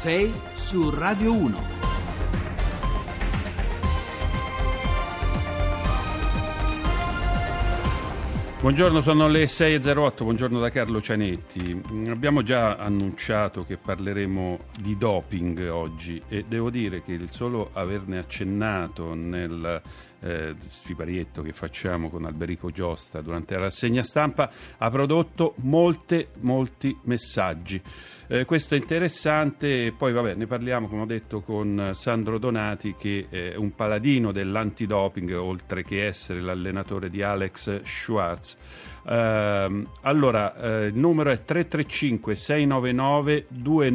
6 su Radio 1. Buongiorno, sono le 6.08, buongiorno da Carlo Cianetti. Abbiamo già annunciato che parleremo di doping oggi e devo dire che il solo averne accennato nel siparietto che facciamo con Alberico Giosta durante la rassegna stampa ha prodotto molti messaggi. Questo è interessante e poi ne parliamo, come ho detto, con Sandro Donati, che è un paladino dell'antidoping oltre che essere l'allenatore di Alex Schwartz. Il numero è 335 699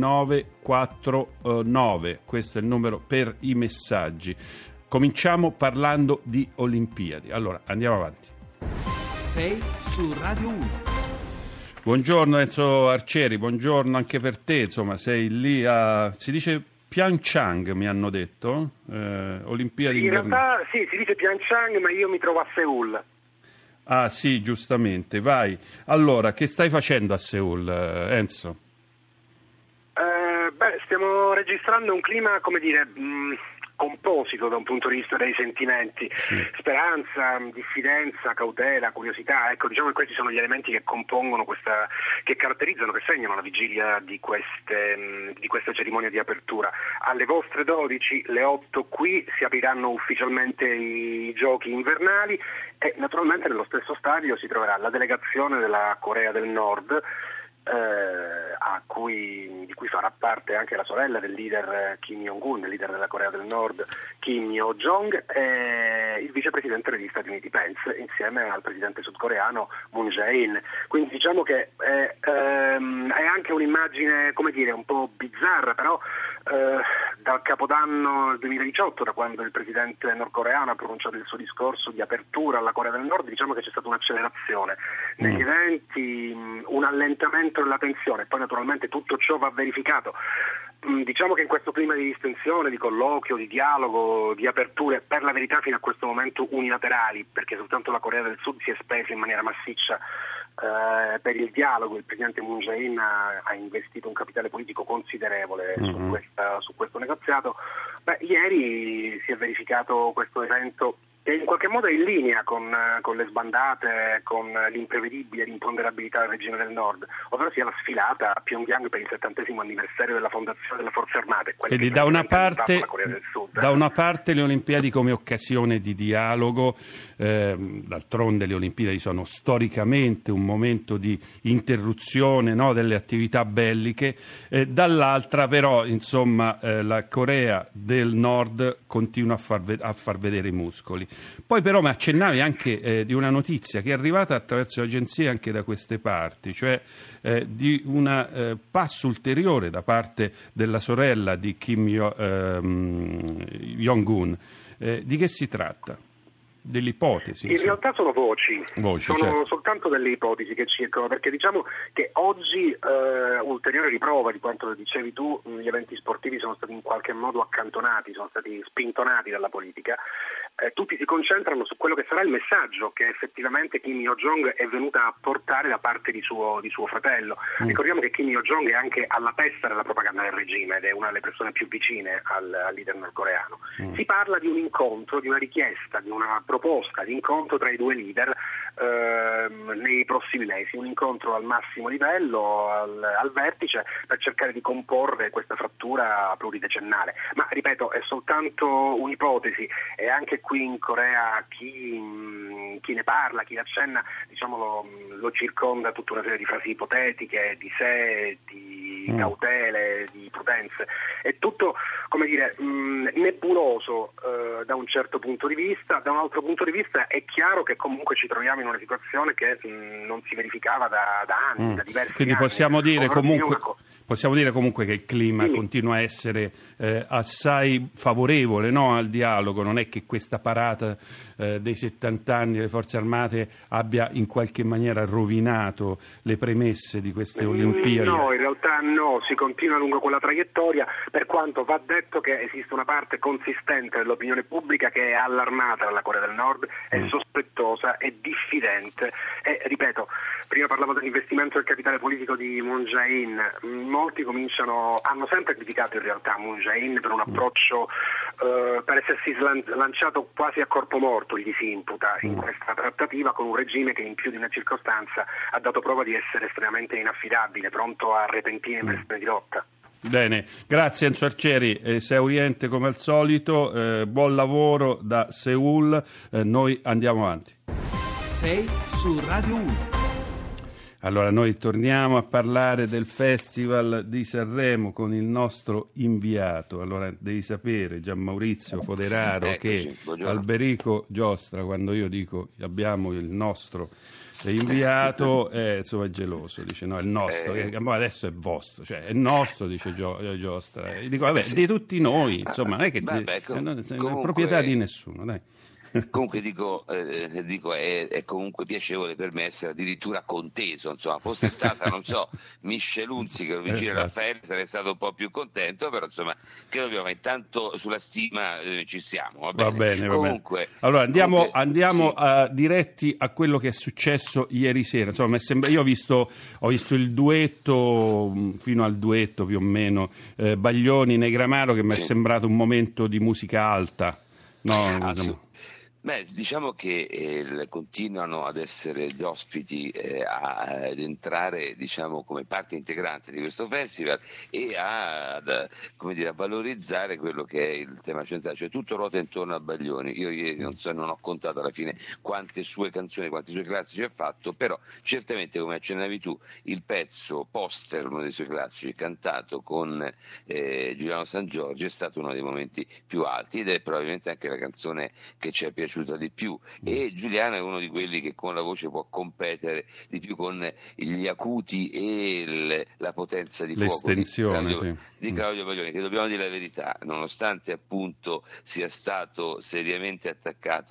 2949, questo è il numero per i messaggi. Cominciamo parlando di Olimpiadi. Allora, andiamo avanti. 6 su Radio 1. Buongiorno Enzo Arcieri, buongiorno anche per te, insomma, sei lì si dice Pyeongchang, mi hanno detto, Olimpiadi in realtà sì, si dice Pyeongchang, ma io mi trovo a Seul. Ah sì, giustamente, vai. Allora, che stai facendo a Seul, Enzo? Stiamo registrando un clima, come dire, composito da un punto di vista dei sentimenti, sì. Speranza, diffidenza, cautela, curiosità, ecco, diciamo che questi sono gli elementi che compongono che caratterizzano, che segnano la vigilia di questa cerimonia di apertura. Alle vostre 12, le 8 qui, si apriranno ufficialmente i giochi invernali e naturalmente nello stesso stadio si troverà la delegazione della Corea del Nord, di cui farà parte anche la sorella del leader Kim Jong-un, del leader della Corea del Nord Kim Yo-jong, e il vicepresidente degli Stati Uniti Pence, insieme al presidente sudcoreano Moon Jae-in. Quindi diciamo che è anche un'immagine, come dire, un po' bizzarra, però dal Capodanno 2018, da quando il presidente nordcoreano ha pronunciato il suo discorso di apertura alla Corea del Nord, diciamo che c'è stata un'accelerazione negli eventi, un allentamento della tensione. Poi naturalmente tutto ciò va verificato. Diciamo che in questo clima di distensione, di colloquio, di dialogo, di aperture, per la verità fino a questo momento unilaterali, perché soltanto la Corea del Sud si è spesa in maniera massiccia per il dialogo. Il presidente Moon Jae-in ha investito un capitale politico considerevole su questo negoziato. Ieri si è verificato questo evento che in qualche modo è in linea con le sbandate, con l'imprevedibile, l'imponderabilità del regime del Nord, ovvero sia la sfilata a Pyongyang per il 70° anniversario della fondazione delle forze armate. Quindi da una parte le Olimpiadi come occasione di dialogo, d'altronde le Olimpiadi sono storicamente un momento di interruzione, no, delle attività belliche, dall'altra però la Corea del Nord continua a far vedere i muscoli. Poi però mi accennavi anche di una notizia che è arrivata attraverso agenzie anche da queste parti, cioè di un passo ulteriore da parte della sorella di Kim Jong-un. Di che si tratta? Delle ipotesi? In realtà sono voci sono certo. Soltanto delle ipotesi che circolano, perché diciamo che oggi ulteriore riprova di quanto dicevi tu, gli eventi sportivi sono stati in qualche modo accantonati, sono stati spintonati dalla politica. Tutti si concentrano su quello che sarà il messaggio che effettivamente Kim Yo-jong è venuta a portare da parte di suo fratello. Ricordiamo che Kim Yo-jong è anche alla testa della propaganda del regime ed è una delle persone più vicine al leader nordcoreano. Si parla di un incontro, di una richiesta, di una proposta di incontro tra i due leader nei prossimi mesi, un incontro al massimo livello, al vertice, per cercare di comporre questa frattura pluridecennale. Ma ripeto, è soltanto un'ipotesi, e anche qui in Corea chi ne parla, chi accenna, lo circonda tutta una serie di frasi ipotetiche, di sé, di cautele, di prudenze. È tutto, come dire, nebuloso da un certo punto di vista. Da un altro punto di vista è chiaro che comunque ci troviamo in una situazione che non si verificava da anni, da diversi Quindi anni. Possiamo dire comunque che il clima continua a essere assai favorevole, no, al dialogo. Non è che questa parata dei 70 anni delle forze armate abbia in qualche maniera rovinato le premesse di queste Olimpiadi. No, in realtà no, si continua lungo quella traiettoria, per quanto va detto che esiste una parte consistente dell'opinione pubblica che è allarmata dalla Corea del Nord, è sospettosa, è diffidente e, ripeto, prima parlavo dell'investimento del capitale politico di Moon Jae-in. molti hanno sempre criticato in realtà Moon Jae-in per un approccio, per essersi lanciato quasi a corpo morto, gli si imputa in questa trattativa con un regime che in più di una circostanza ha dato prova di essere estremamente inaffidabile, pronto a repentine inversioni di rotta. Bene, grazie Enzo Arcieri, esauriente come al solito, buon lavoro da Seul, noi andiamo avanti. Sei su Radio 1. Allora, noi torniamo a parlare del Festival di Sanremo con il nostro inviato. Allora, devi sapere, Gianmaurizio Foderaro, che Alberico Giostra, quando io dico abbiamo il nostro inviato, insomma è geloso, dice no, è il nostro, adesso è vostro, cioè è nostro, dice Giostra. E dico, vabbè, di tutti noi, insomma, non è che è proprietà di nessuno, dai. Comunque dico è comunque piacevole per me essere addirittura conteso, insomma, fosse stata, non so, Michelunzi che lo vicino Raffaele, sarei stato un po' più contento, però insomma credo che intanto sulla stima ci siamo, va bene. Comunque, allora andiamo sì. Diretti a quello che è successo ieri sera, insomma io ho visto il duetto, fino al duetto più o meno, Baglioni-Negramaro, che mi è sembrato un momento di musica alta, no? Sì. Beh, diciamo che continuano ad essere gli ospiti ad entrare, diciamo, come parte integrante di questo festival e a valorizzare quello che è il tema centrale, cioè tutto ruota intorno a Baglioni. Io ieri non ho contato alla fine quante sue canzoni, quanti suoi classici ha fatto, però certamente, come accennavi tu, il pezzo poster, uno dei suoi classici, cantato con Giuliano Sangiorgi, è stato uno dei momenti più alti ed è probabilmente anche la canzone che ci è piaciuta di più, e Giuliano è uno di quelli che con la voce può competere di più con gli acuti e la potenza di fuoco di Claudio Baglioni, che dobbiamo dire la verità, nonostante appunto sia stato seriamente attaccato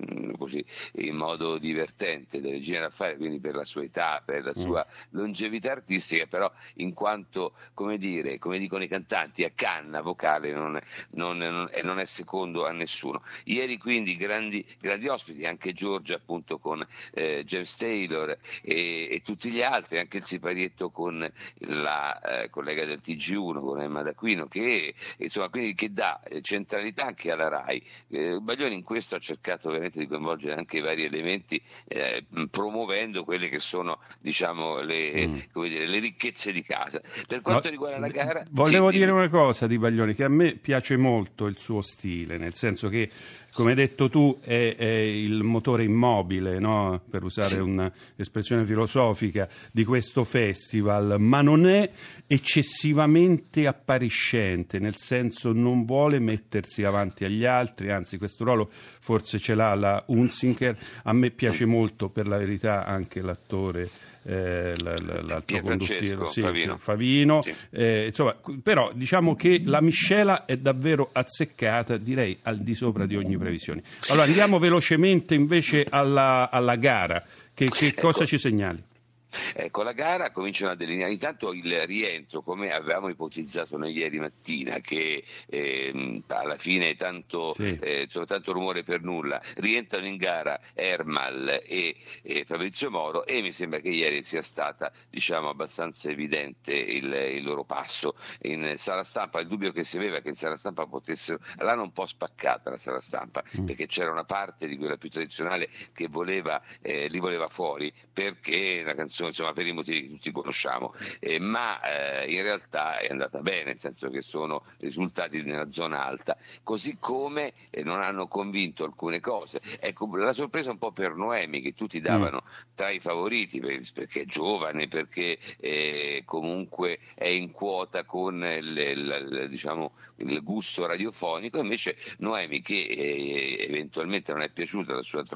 in modo divertente da Regina Raffaele, quindi per la sua età, per la sua longevità artistica, però in quanto, come dicono i cantanti, a canna vocale non è secondo a nessuno. Ieri quindi grandi ospiti, anche Giorgia appunto con James Taylor e tutti gli altri, anche il siparietto con la collega del TG1, con Emma D'Aquino, che insomma quindi che dà centralità anche alla RAI. Baglioni in questo ha cercato veramente di coinvolgere anche i vari elementi, promuovendo quelle che sono, diciamo, le ricchezze di casa. Per quanto riguarda la gara, volevo dire una cosa di Baglioni, che a me piace molto il suo stile, nel senso che, come hai detto tu, è il motore immobile, no? Per usare un'espressione filosofica, di questo festival, ma non è eccessivamente appariscente, nel senso non vuole mettersi avanti agli altri, anzi questo ruolo forse ce l'ha la Hunziker. A me piace molto, per la verità, anche l'attore, l'altro condottiero Favino. Sì. Insomma, però diciamo che la miscela è davvero azzeccata, direi al di sopra di ogni previsione. Allora andiamo velocemente invece alla gara. Che cosa ci segnali? Ecco, la gara cominciano a delineare intanto il rientro, come avevamo ipotizzato noi ieri mattina, che alla fine tanto rumore per nulla. Rientrano in gara Ermal e Fabrizio Moro, e mi sembra che ieri sia stata, diciamo, abbastanza evidente il loro passo. In sala stampa il dubbio che si aveva che in sala stampa potessero, l'hanno un po' spaccata la sala stampa, perché c'era una parte di quella più tradizionale che li voleva fuori, perché la canzone, insomma, per i motivi che tutti conosciamo, ma in realtà è andata bene, nel senso che sono risultati nella zona alta, così come non hanno convinto alcune cose. Ecco, la sorpresa un po' per Noemi, che tutti davano tra i favoriti, perché è giovane, perché comunque è in quota con il gusto radiofonico. Invece Noemi, che eventualmente non è piaciuta la sua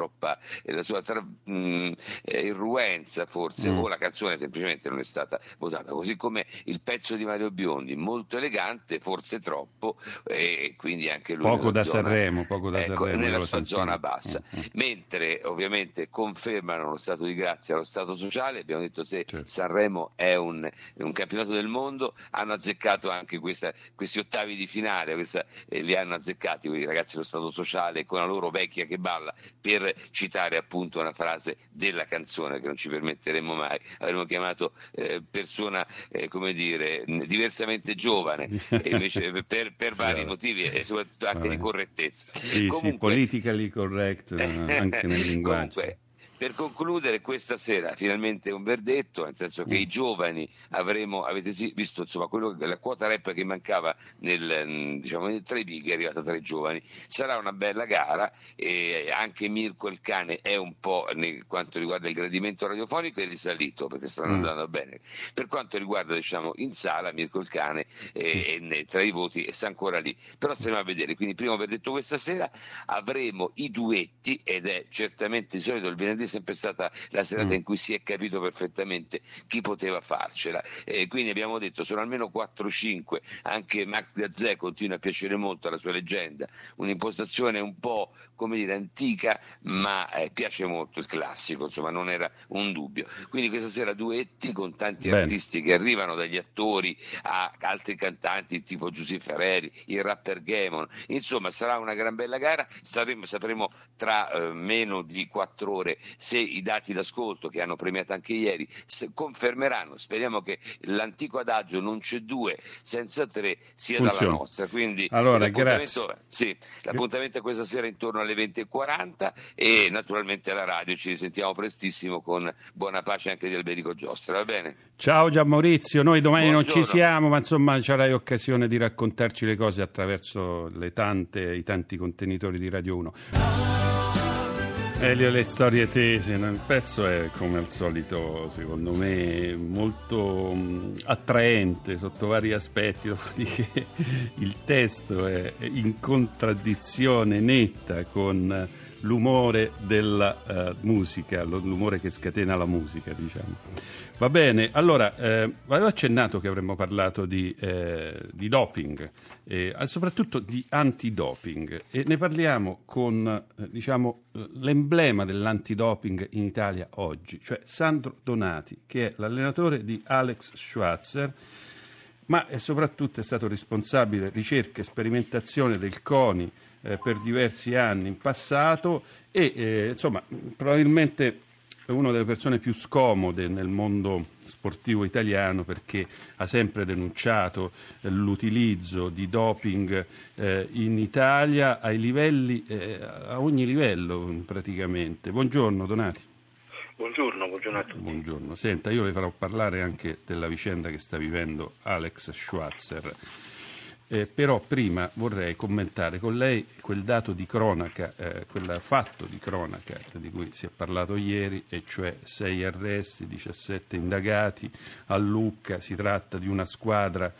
irruenza forse, o la canzone semplicemente non è stata votata, così come il pezzo di Mario Biondi, molto elegante, forse troppo, e quindi anche lui poco da Sanremo, nella sua zona bassa. Mentre ovviamente confermano lo stato di grazia, lo stato sociale. Abbiamo detto, se Sanremo è un campionato del mondo, hanno azzeccato anche questi ottavi di finale, li hanno azzeccati quei ragazzi dello stato sociale con la loro vecchia che balla, per citare appunto una frase della canzone che non ci permetteremo mai mai, avremmo chiamato persona diversamente giovane, invece per vari motivi e soprattutto anche di correttezza. Sì, politically correct anche nel linguaggio. Comunque, per concludere, questa sera finalmente un verdetto, nel senso che i giovani avete visto insomma la quota rap che mancava tra i big è arrivata tra i giovani. Sarà una bella gara e anche Mirko il cane è un po', quanto riguarda il gradimento radiofonico, è risalito perché stanno andando bene. Per quanto riguarda in sala, Mirko il cane è tra i voti e sta ancora lì, però stiamo a vedere. Quindi primo verdetto questa sera, avremo i duetti ed è certamente di solito il venerdì sempre stata la serata in cui si è capito perfettamente chi poteva farcela, quindi abbiamo detto sono almeno 4-5, anche Max Gazzè continua a piacere molto alla sua leggenda, un'impostazione un po' antica, ma piace molto il classico, insomma non era un dubbio. Quindi questa sera duetti con tanti artisti che arrivano, dagli attori a altri cantanti tipo Giuseppe Ferreri, il rapper Gamon, insomma sarà una gran bella gara. Sapremo tra meno di 4 ore se i dati d'ascolto che hanno premiato anche ieri confermeranno. Speriamo che l'antico adagio non c'è 2 senza 3 sia funziona dalla nostra. Quindi allora, grazie. Sì, l'appuntamento è questa sera intorno alle 20:40 e naturalmente alla radio ci risentiamo prestissimo con buona pace anche di Alberico Giostra, va bene? Ciao Gian Maurizio, noi domani Buongiorno. non ci siamo, ma insomma ci avrai occasione di raccontarci le cose attraverso i tanti contenitori di Radio 1. Elio, le storie tese, il pezzo è come al solito secondo me molto attraente sotto vari aspetti, dopodiché il testo è in contraddizione netta con l'umore della musica, l'umore che scatena la musica, diciamo. Va bene, allora avevo accennato che avremmo parlato di doping, soprattutto di antidoping, e ne parliamo con l'emblema dell'antidoping in Italia oggi, cioè Sandro Donati, che è l'allenatore di Alex Schwarzer, ma soprattutto è stato responsabile ricerca e sperimentazione del CONI per diversi anni in passato e insomma probabilmente è una delle persone più scomode nel mondo sportivo italiano, perché ha sempre denunciato l'utilizzo di doping in Italia a ogni livello praticamente. Buongiorno Donati. Buongiorno a tutti. Buongiorno. Senta, io le farò parlare anche della vicenda che sta vivendo Alex Schwarzer. Però prima vorrei commentare con lei quel dato di cronaca, quel fatto di cronaca di cui si è parlato ieri, e cioè 6 arresti, 17 indagati a Lucca. Si tratta di una squadra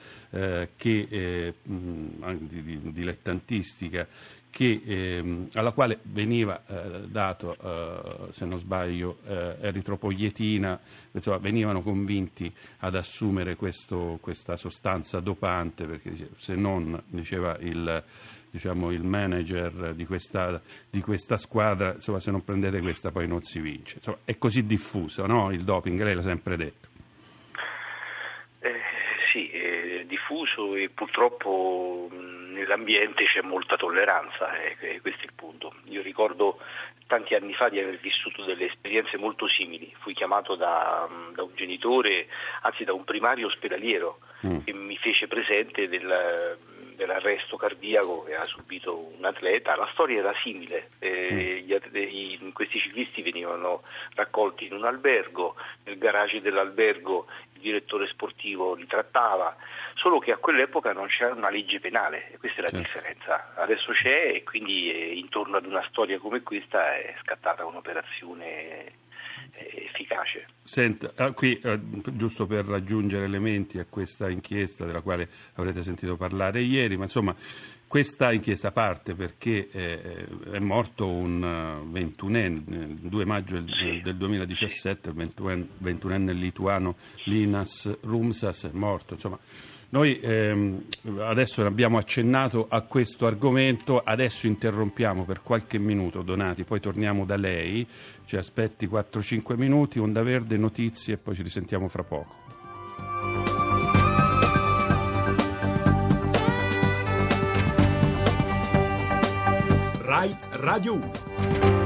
dilettantistica alla quale veniva dato, se non sbaglio, eritropoietina, insomma venivano convinti ad assumere questa sostanza dopante, perché se non, diceva il manager di questa squadra, insomma se non prendete questa poi non si vince. Insomma, è così diffuso, no? Il doping, lei l'ha sempre detto. Sì, è diffuso e purtroppo nell'ambiente c'è molta tolleranza, questo è il punto. Io ricordo tanti anni fa di aver vissuto delle esperienze molto simili. Fui chiamato da un genitore, anzi da un primario ospedaliero, che mi fece presente dell'arresto cardiaco che ha subito un atleta. La storia era simile, questi ciclisti venivano raccolti in un albergo, nel garage dell'albergo il direttore sportivo li trattava, solo che a quell'epoca non c'era una legge penale, e questa è la differenza. Adesso c'è, e quindi intorno ad una storia come questa è scattata un'operazione efficace. Senta, qui giusto per raggiungere elementi a questa inchiesta della quale avrete sentito parlare ieri, ma insomma questa inchiesta parte perché è morto un 21enne, il 2 maggio del 2017, il 21enne lituano Linas Rumsas è morto. Insomma, noi adesso abbiamo accennato a questo argomento, adesso interrompiamo per qualche minuto, Donati, poi torniamo da lei, ci aspetti 4-5 minuti, Onda Verde, notizie e poi ci risentiamo fra poco. Rai Radio 1.